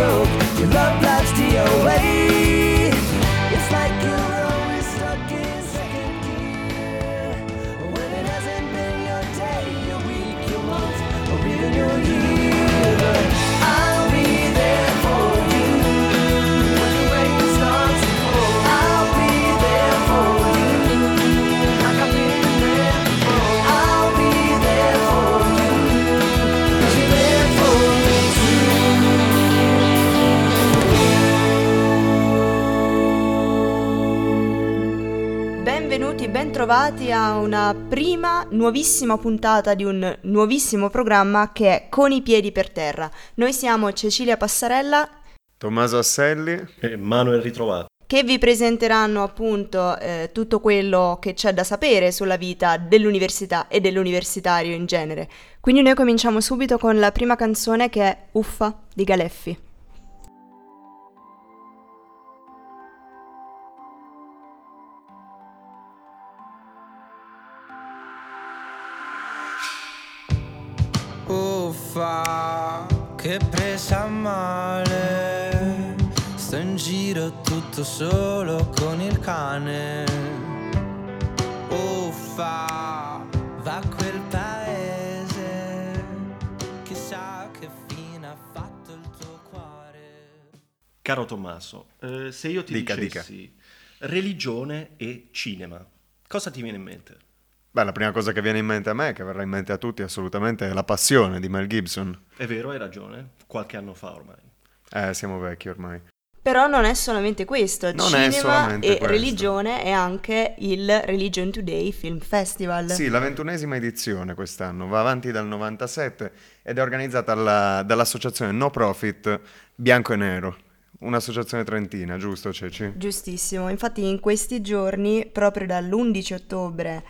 broke, your love life's DOA. It's like you're always stuck in second gear, when it hasn't been your day, your week, your month, or even your year. But I'll be there for you when the rain starts to fall. I'll be there for you, like I've been there before. I'll be there for you, 'cause you're there for me too. Benvenuti, bentrovati a una prima nuovissima puntata di un nuovissimo programma che è Con i piedi per terra. Noi siamo Cecilia Passarella, Tommaso Asselli e Manuel Ritrovato, che vi presenteranno appunto tutto quello che c'è da sapere sulla vita dell'università e dell'universitario in genere. Quindi noi cominciamo subito con la prima canzone, che è Uffa di Galeffi. Uffa, che presa male, sto in giro tutto solo con il cane. Uffa, va a quel paese, chissà che fine ha fatto il tuo cuore. Caro Tommaso, se io ti dicessi religione e cinema, cosa ti viene in mente? Beh, la prima cosa che viene in mente a me, che verrà in mente a tutti assolutamente, è La Passione di Mel Gibson. È vero, hai ragione, qualche anno fa ormai. Siamo vecchi ormai. Però non è solamente questo, Non è cinema solamente e questo. religione è anche il Religion Today Film Festival. Sì, la 21esima edizione quest'anno, va avanti dal 97 ed è organizzata dall'associazione no profit Bianco e Nero, un'associazione trentina, giusto Ceci? Giustissimo, infatti in questi giorni, proprio dall'11 ottobre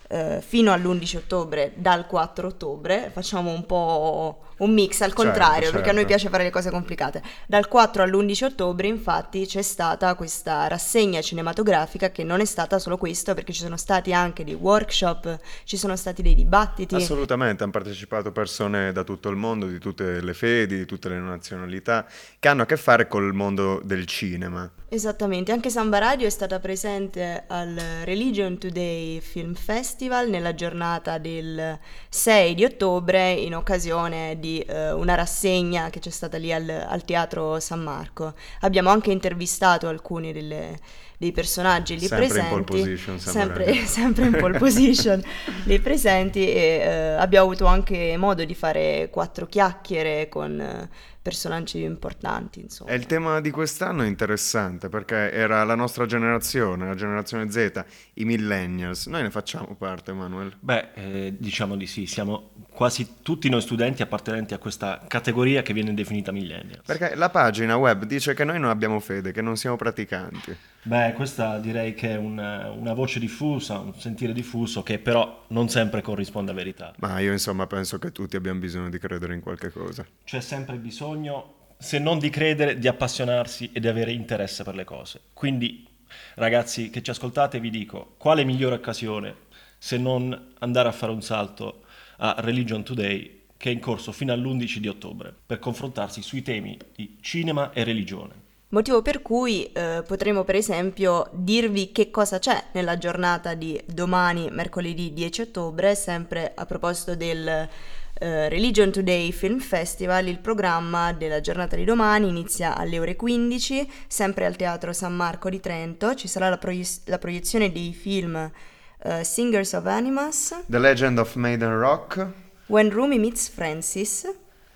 fino all'11 ottobre, dal 4 ottobre, facciamo un po' un mix al contrario, perché a noi piace fare le cose complicate. Dal 4 all'11 ottobre infatti c'è stata questa rassegna cinematografica, che non è stata solo questo, perché ci sono stati anche dei workshop, ci sono stati dei dibattiti. Assolutamente, hanno partecipato persone da tutto il mondo, di tutte le fedi, di tutte le nazionalità, che hanno a che fare col mondo del cinema. Esattamente, anche Samba Radio è stata presente al Religion Today Film Festival nella giornata del 6 di ottobre in occasione di una rassegna che c'è stata lì al Teatro San Marco. Abbiamo anche intervistato alcuni dei personaggi lì Sempre presenti, in pole position, Samba Radio. sempre in pole position lì presenti, e abbiamo avuto anche modo di fare 4 chiacchiere con personaggi importanti, insomma. E il tema di quest'anno è interessante perché era la nostra generazione, la generazione Z, i millennials. Noi ne facciamo parte, Manuel? Beh, diciamo di sì, siamo quasi tutti noi studenti appartenenti a questa categoria che viene definita millennials. Perché la pagina web dice che noi non abbiamo fede, che non siamo praticanti. Beh, questa direi che è una voce diffusa, un sentire diffuso che però non sempre corrisponde a verità. Ma io insomma penso che tutti abbiamo bisogno di credere in qualche cosa. C'è sempre bisogno, se non di credere, di appassionarsi e di avere interesse per le cose. Quindi, ragazzi che ci ascoltate, vi dico, quale migliore occasione se non andare a fare un salto a Religion Today, che è in corso fino all'11 di ottobre, per confrontarsi sui temi di cinema e religione. Motivo per cui potremo per esempio dirvi che cosa c'è nella giornata di domani, mercoledì 10 ottobre, sempre a proposito del Religion Today Film Festival. Il programma della giornata di domani inizia alle ore 15, sempre al Teatro San Marco di Trento. Ci sarà la proiezione dei film Singers of Animas, The Legend of Maiden Rock, When Rumi Meets Francis,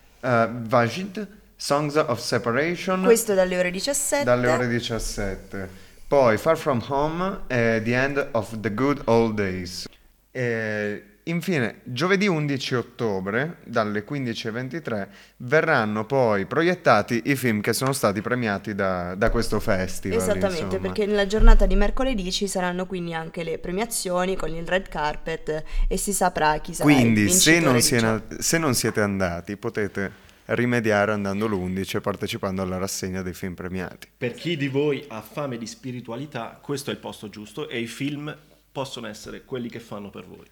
Vajid, Songs of Separation. Questo dalle ore 17. Dalle ore 17. Poi Far From Home e The End of the Good Old Days. Infine, giovedì 11 ottobre, dalle 15:23, verranno poi proiettati i film che sono stati premiati da questo festival. Esattamente, insomma. perché nella giornata di mercoledì ci saranno quindi anche le premiazioni con il red carpet e si saprà chi sarà Quindi, il vincitore di ciò. se non siete andati, potete rimediare andando l'11 e partecipando alla rassegna dei film premiati. Per chi di voi ha fame di spiritualità, questo è il posto giusto e i film possono essere quelli che fanno per voi.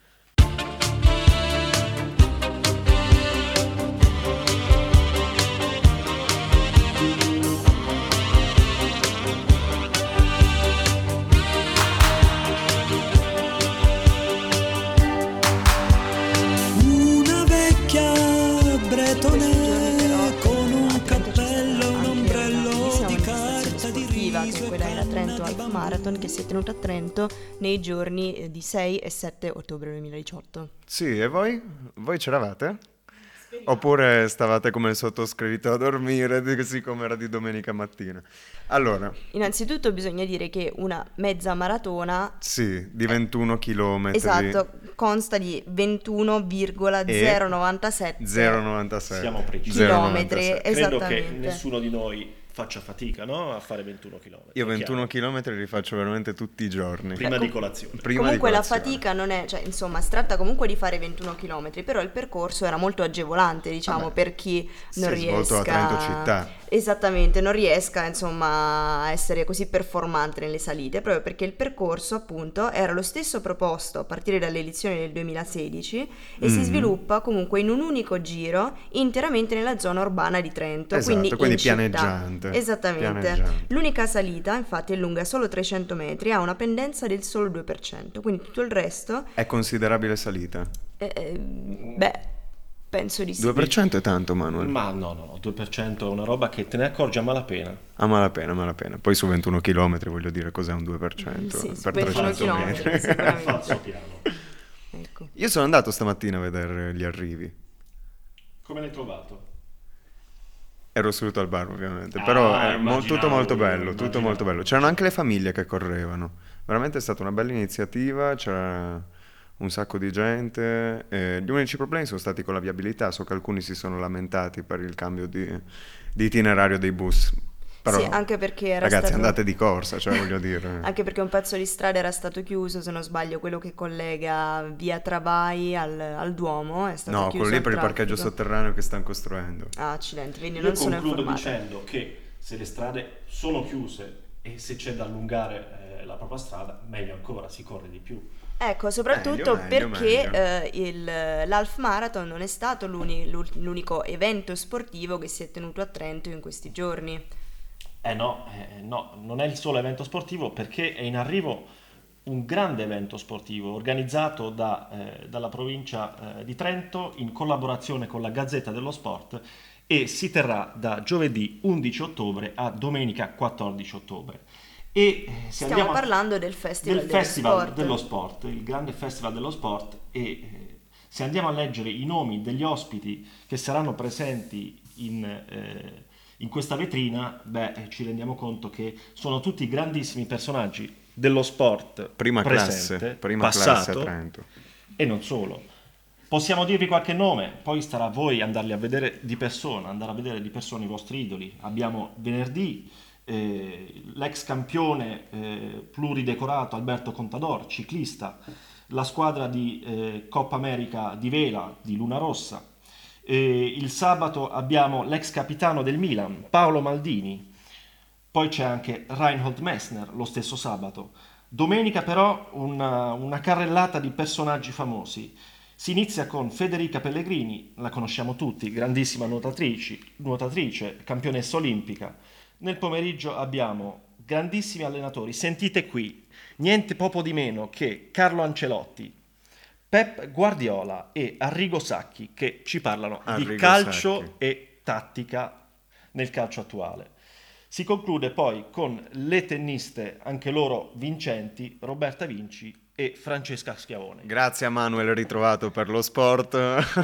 e quella è la Trento Half Marathon che si è tenuta a Trento nei giorni di 6 e 7 ottobre 2018. Sì, e voi? Voi c'eravate? Oppure stavate come il sottoscritto a dormire, siccome era di domenica mattina? Allora, Innanzitutto bisogna dire che una mezza maratona, sì, di 21 chilometri. esatto, consta di 21,097 0,97. Siamo precisi. chilometri. 0,97. Credo che Esattamente. nessuno di noi faccia fatica, no? A fare 21 km. Io 21 chilometri li faccio veramente tutti i giorni. Prima Ecco. di colazione. Prima Comunque di la colazione. fatica non è, cioè insomma si tratta comunque di fare 21 km, però il percorso era molto agevolante, diciamo, Vabbè, per chi non si è svolto a riesca Trento città. Esattamente, non riesca insomma a essere così performante nelle salite, proprio perché il percorso appunto era lo stesso proposto a partire dalle elezioni del 2016 e si sviluppa comunque in un unico giro interamente nella zona urbana di Trento, Esatto, quindi quindi in città. pianeggiante. Esattamente. Pianeggiante. L'unica salita infatti è lunga solo 300 metri, ha una pendenza del solo 2%, quindi tutto il resto, È considerabile salita. beh, penso di sì. 2% è tanto, Manuel. Ma no, 2% è una roba che te ne accorgi a malapena. A malapena, malapena. Poi su 21 km, voglio dire, cos'è un 2%? Sì, su per 21 300 chilometri, metri. sicuramente. Falso piano. Ecco. Io sono andato stamattina a vedere gli arrivi. Come l'hai trovato? Ero seduto al bar, ovviamente, Ah, però è immaginavo, tutto molto bello, tutto immaginavo. molto bello. C'erano anche le famiglie che correvano. Veramente è stata una bella iniziativa, c'era un sacco di gente. Gli unici problemi sono stati con la viabilità, so che alcuni si sono lamentati per il cambio di itinerario dei bus. Però, Sì, anche perché era ragazzi, stato... andate di corsa, cioè voglio dire. Anche perché un pezzo di strada era stato chiuso, se non sbaglio, quello che collega via Travai al Duomo è stato No, chiuso quello lì al per il parcheggio traffico. sotterraneo che stanno costruendo. Ah, accidenti, quindi Io non sono concludo informata. dicendo che se le strade sono chiuse e se c'è da allungare la propria strada, meglio ancora, si corre di più. Ecco, soprattutto Meglio, perché l'Half Marathon non è stato l'unico evento sportivo che si è tenuto a Trento in questi giorni. No, non è il solo evento sportivo perché è in arrivo un grande evento sportivo organizzato dalla provincia di Trento in collaborazione con la Gazzetta dello Sport e si terrà da giovedì 11 ottobre a domenica 14 ottobre. E se Stiamo parlando del Festival dello Sport, il grande Festival dello Sport e se andiamo a leggere i nomi degli ospiti che saranno presenti in questa vetrina, ci rendiamo conto che sono tutti grandissimi personaggi dello sport Prima presente, classe a passato Trento. e non solo. Possiamo dirvi qualche nome, poi starà a voi andarli a vedere di persona, andare a vedere di persona i vostri idoli. Abbiamo venerdì l'ex campione pluridecorato Alberto Contador, ciclista, la squadra di Coppa America di vela di Luna Rossa. Il sabato abbiamo l'ex capitano del Milan, Paolo Maldini, poi c'è anche Reinhold Messner lo stesso sabato. Domenica però una carrellata di personaggi famosi. Si inizia con Federica Pellegrini, la conosciamo tutti, grandissima nuotatrice, campionessa olimpica. Nel pomeriggio abbiamo grandissimi allenatori, sentite qui, niente poco di meno che Carlo Ancelotti, Pep Guardiola e Arrigo Sacchi che ci parlano di Arrigo calcio Sacchi. e tattica nel calcio attuale. Si conclude poi con le tenniste, anche loro vincenti, Roberta Vinci e Francesca Schiavone. Grazie a Manuel ritrovato per lo sport.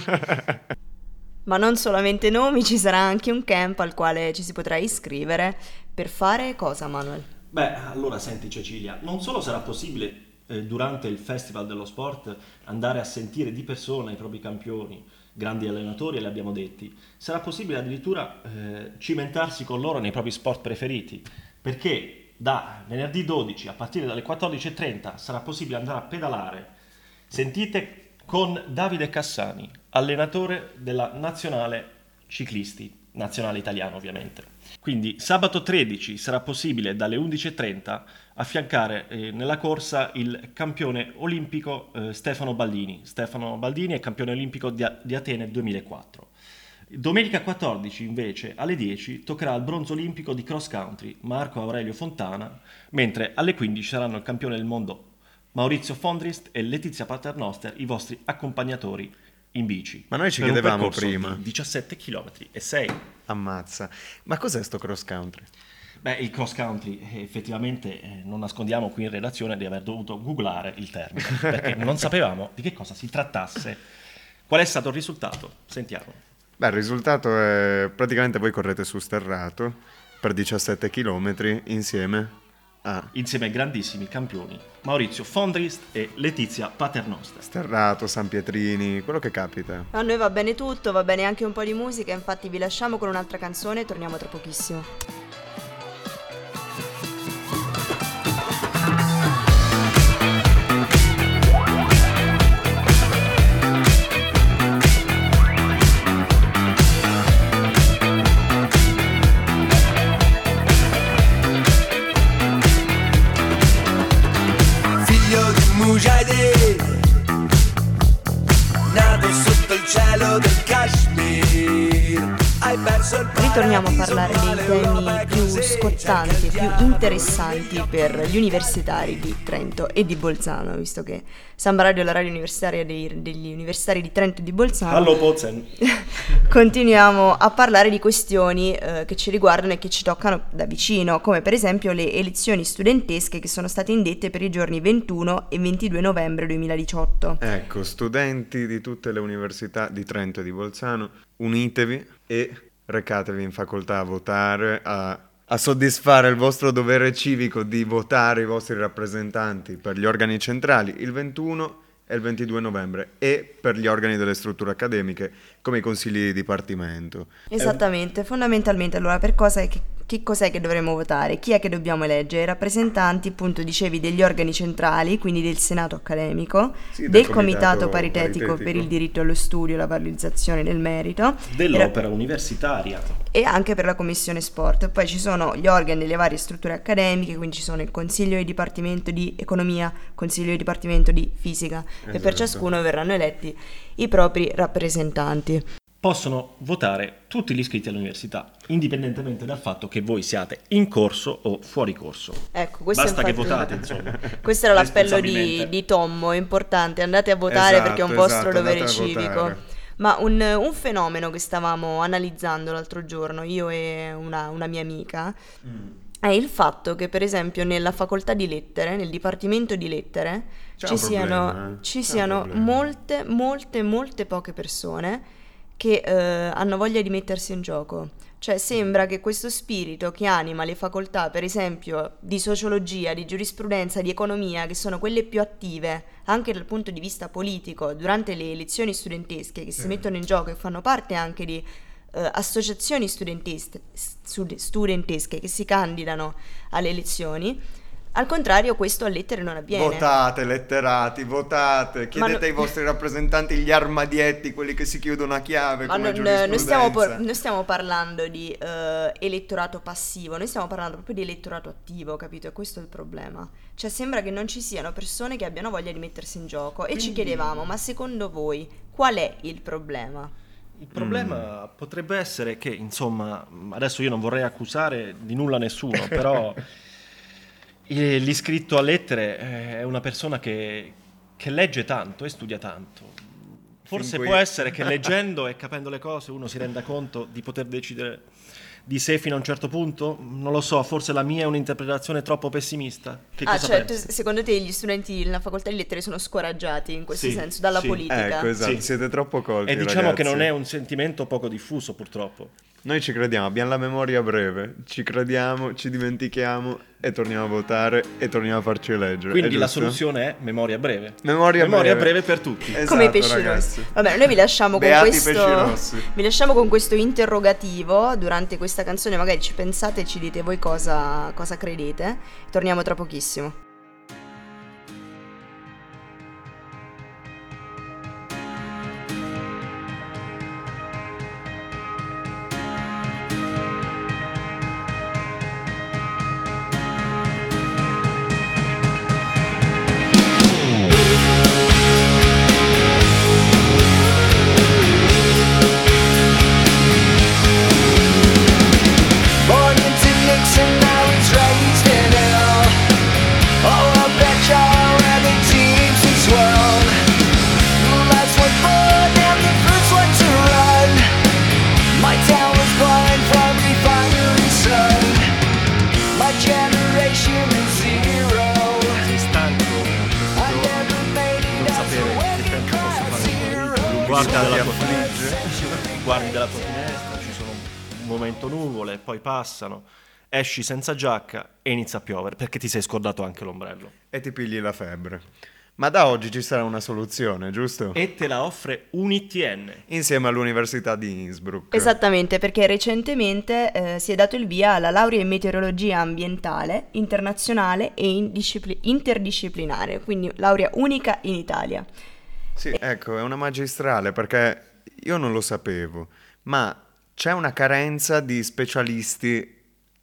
Ma non solamente nomi, ci sarà anche un camp al quale ci si potrà iscrivere per fare cosa, Manuel? Allora senti Cecilia, non solo sarà possibile durante il Festival dello Sport andare a sentire di persona i propri campioni, grandi allenatori, le abbiamo detti, sarà possibile addirittura cimentarsi con loro nei propri sport preferiti, perché da venerdì 12 a partire dalle 14:30 sarà possibile andare a pedalare. Sentite con Davide Cassani, allenatore della nazionale ciclisti, nazionale italiana ovviamente. Quindi sabato 13 sarà possibile dalle 11:30 affiancare nella corsa il campione olimpico Stefano Baldini. Stefano Baldini è campione olimpico di Atene 2004. Domenica 14 invece alle 10 toccherà il bronzo olimpico di cross country Marco Aurelio Fontana, mentre alle 15 saranno il campione del mondo Maurizio Fondrist e Letizia Paternoster i vostri accompagnatori in bici. Ma noi ci per un chiedevamo percorso prima. di 17 km e 6. Ammazza. Ma cos'è sto cross country? Beh, il cross country, effettivamente non nascondiamo qui in redazione di aver dovuto googlare il termine, perché non sapevamo di che cosa si trattasse. Qual è stato il risultato? Sentiamo. Beh, il risultato è praticamente voi correte su sterrato per 17 km insieme ai grandissimi campioni Maurizio Fondrist e Letizia Paternoster. Sterrato, San Pietrini, quello che capita. A noi va bene tutto, va bene anche un po' di musica, infatti vi lasciamo con un'altra canzone e torniamo tra pochissimo. Figlio di Mujahideen, nato sotto il cielo del Kashmir, hai perso il Ritorniamo a paradiso, parlare ma dei le temi orme più così scottanti, più piano. interessanti per gli universitari di Trento e di Bolzano, visto che Samba Radio è la radio universitaria degli universitari di Trento e di Bolzano. Allo Bozen. Continuiamo a parlare di questioni che ci riguardano e che ci toccano da vicino, come per esempio le elezioni studentesche che sono state indette per i giorni 21 e 22 novembre 2018. Ecco, studenti di tutte le università di Trento e di Bolzano, unitevi e recatevi in facoltà a votare, a soddisfare il vostro dovere civico di votare i vostri rappresentanti per gli organi centrali il 21 e il 22 novembre e per gli organi delle strutture accademiche come i consigli di dipartimento. Esattamente, fondamentalmente allora per cosa che cos'è che dovremmo votare? Chi è che dobbiamo eleggere? Rappresentanti, appunto, dicevi, degli organi centrali, quindi del Senato accademico, Sì, del Comitato paritetico per paritetico. il diritto allo studio e la valorizzazione del merito Dell'opera universitaria. e anche per la Commissione Sport. Poi ci sono gli organi delle varie strutture accademiche, quindi ci sono il Consiglio di Dipartimento di Economia, Consiglio di Dipartimento di Fisica e per Esatto. ciascuno verranno eletti i propri rappresentanti. Possono votare tutti gli iscritti all'università, indipendentemente dal fatto che voi siate in corso o fuori corso. Ecco, questo Basta che infatti- votate, insomma. Questo era l'appello Responsabilmente. di Tommo, è importante, andate a votare Esatto, perché è un vostro esatto, dovere andate a civico. votare. Ma un fenomeno che stavamo analizzando l'altro giorno, io e una mia amica, è il fatto che per esempio nella facoltà di lettere, nel dipartimento di lettere, C'è ci un problema, siano, ci c'è un siano problema. molte poche persone che hanno voglia di mettersi in gioco. Cioè sembra che questo spirito che anima le facoltà, per esempio di sociologia, di giurisprudenza, di economia, che sono quelle più attive anche dal punto di vista politico durante le elezioni studentesche, che si mettono in gioco e fanno parte anche di associazioni studentesche che si candidano alle elezioni, al contrario questo a lettere non avviene. Votate, letterati, votate, chiedete no- ai vostri rappresentanti gli armadietti, quelli che si chiudono a chiave Ma come non stiamo, giurisprudenza. non stiamo parlando di elettorato passivo, noi stiamo parlando proprio di elettorato attivo, capito? E questo è il problema. Cioè sembra che non ci siano persone che abbiano voglia di mettersi in gioco e ci chiedevamo, ma secondo voi qual è il problema? Il problema potrebbe essere che, insomma, adesso io non vorrei accusare di nulla nessuno, però l'iscritto a lettere è una persona che legge tanto e studia tanto. Forse Fin qui. può essere che leggendo e capendo le cose uno si renda conto di poter decidere di sé fino a un certo punto. Non lo so, forse la mia è un'interpretazione troppo pessimista. Che cosa Cioè pensi? secondo te gli studenti nella facoltà di lettere sono scoraggiati in questo Sì, senso dalla sì. politica? Ecco, esatto, Sì. siete troppo colti, E diciamo che ragazzi. non è un sentimento poco diffuso, purtroppo. Noi ci crediamo, abbiamo la memoria breve, ci crediamo, ci dimentichiamo e torniamo a votare e torniamo a farci eleggere. Quindi è la giusto? soluzione è memoria breve. Memoria breve. per tutti. Esatto, Come i pesci ragazzi. rossi. Vabbè, noi vi lasciamo con Beati i questo. pesci rossi. Vi lasciamo con questo interrogativo durante questa canzone. Magari ci pensate e ci dite voi cosa credete. Torniamo tra pochissimo. Born into Nixon, now he's raised in hell. guardi città ti dalla tua affligge. guardi dalla tua finestra, ci sono un momento nuvole, poi passano, esci senza giacca e inizia a piovere perché ti sei scordato anche l'ombrello. E ti pigli la febbre. Ma da oggi ci sarà una soluzione, giusto? E te la offre un ITN. Insieme all'Università di Innsbruck. Esattamente, perché recentemente si è dato il via alla laurea in meteorologia ambientale, internazionale e interdisciplinare, quindi laurea unica in Italia. Sì, ecco, è una magistrale perché io non lo sapevo, ma c'è una carenza di specialisti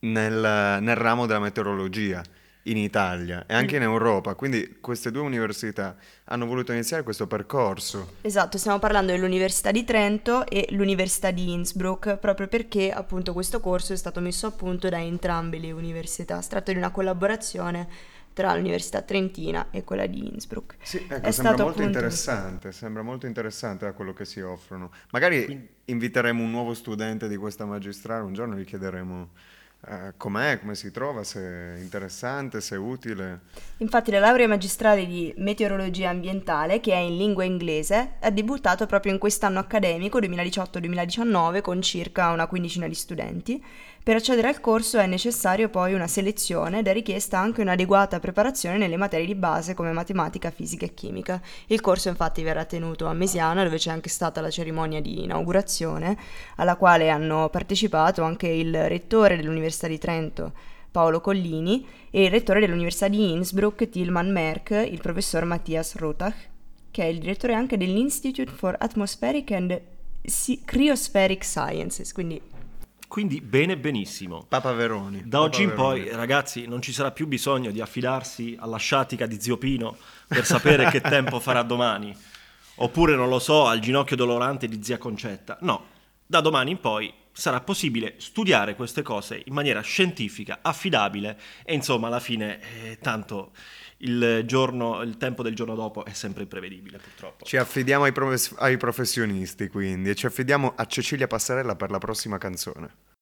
nel ramo della meteorologia in Italia e anche in Europa, quindi queste due università hanno voluto iniziare questo percorso. Esatto, stiamo parlando dell'Università di Trento e l'Università di Innsbruck, proprio perché appunto questo corso è stato messo a punto da entrambe le università. Si tratta di una collaborazione tra l'Università Trentina e quella di Innsbruck. Sì, ecco, È sembra stato molto appunto- interessante, sembra molto interessante da quello che si offrono. Magari inviteremo un nuovo studente di questa magistrale, un giorno gli chiederemo com'è, come si trova, se è interessante, se è utile. Infatti la laurea magistrale di meteorologia ambientale, che è in lingua inglese, è debuttato proprio in quest'anno accademico 2018-2019 con circa una quindicina di studenti. Per accedere al corso è necessario poi una selezione ed è richiesta anche un'adeguata preparazione nelle materie di base come matematica, fisica e chimica. Il corso infatti verrà tenuto a Mesiana, dove c'è anche stata la cerimonia di inaugurazione, alla quale hanno partecipato anche il rettore dell'Università di Trento, Paolo Collini, e il rettore dell'Università di Innsbruck, Tilman Merck, il professor Matthias Rotach, che è il direttore anche dell'Institute for Atmospheric and Cryospheric Sciences, Quindi benissimo. Papa Veroni. Da oggi in poi, ragazzi, non ci sarà più bisogno di affidarsi alla sciatica di zio Pino per sapere che tempo farà domani. Oppure, non lo so, al ginocchio dolorante di zia Concetta. No, da domani in poi sarà possibile studiare queste cose in maniera scientifica, affidabile e insomma alla fine tanto il tempo del giorno dopo è sempre imprevedibile purtroppo. Ci affidiamo ai professionisti quindi e ci affidiamo a Cecilia Passarella per la prossima canzone.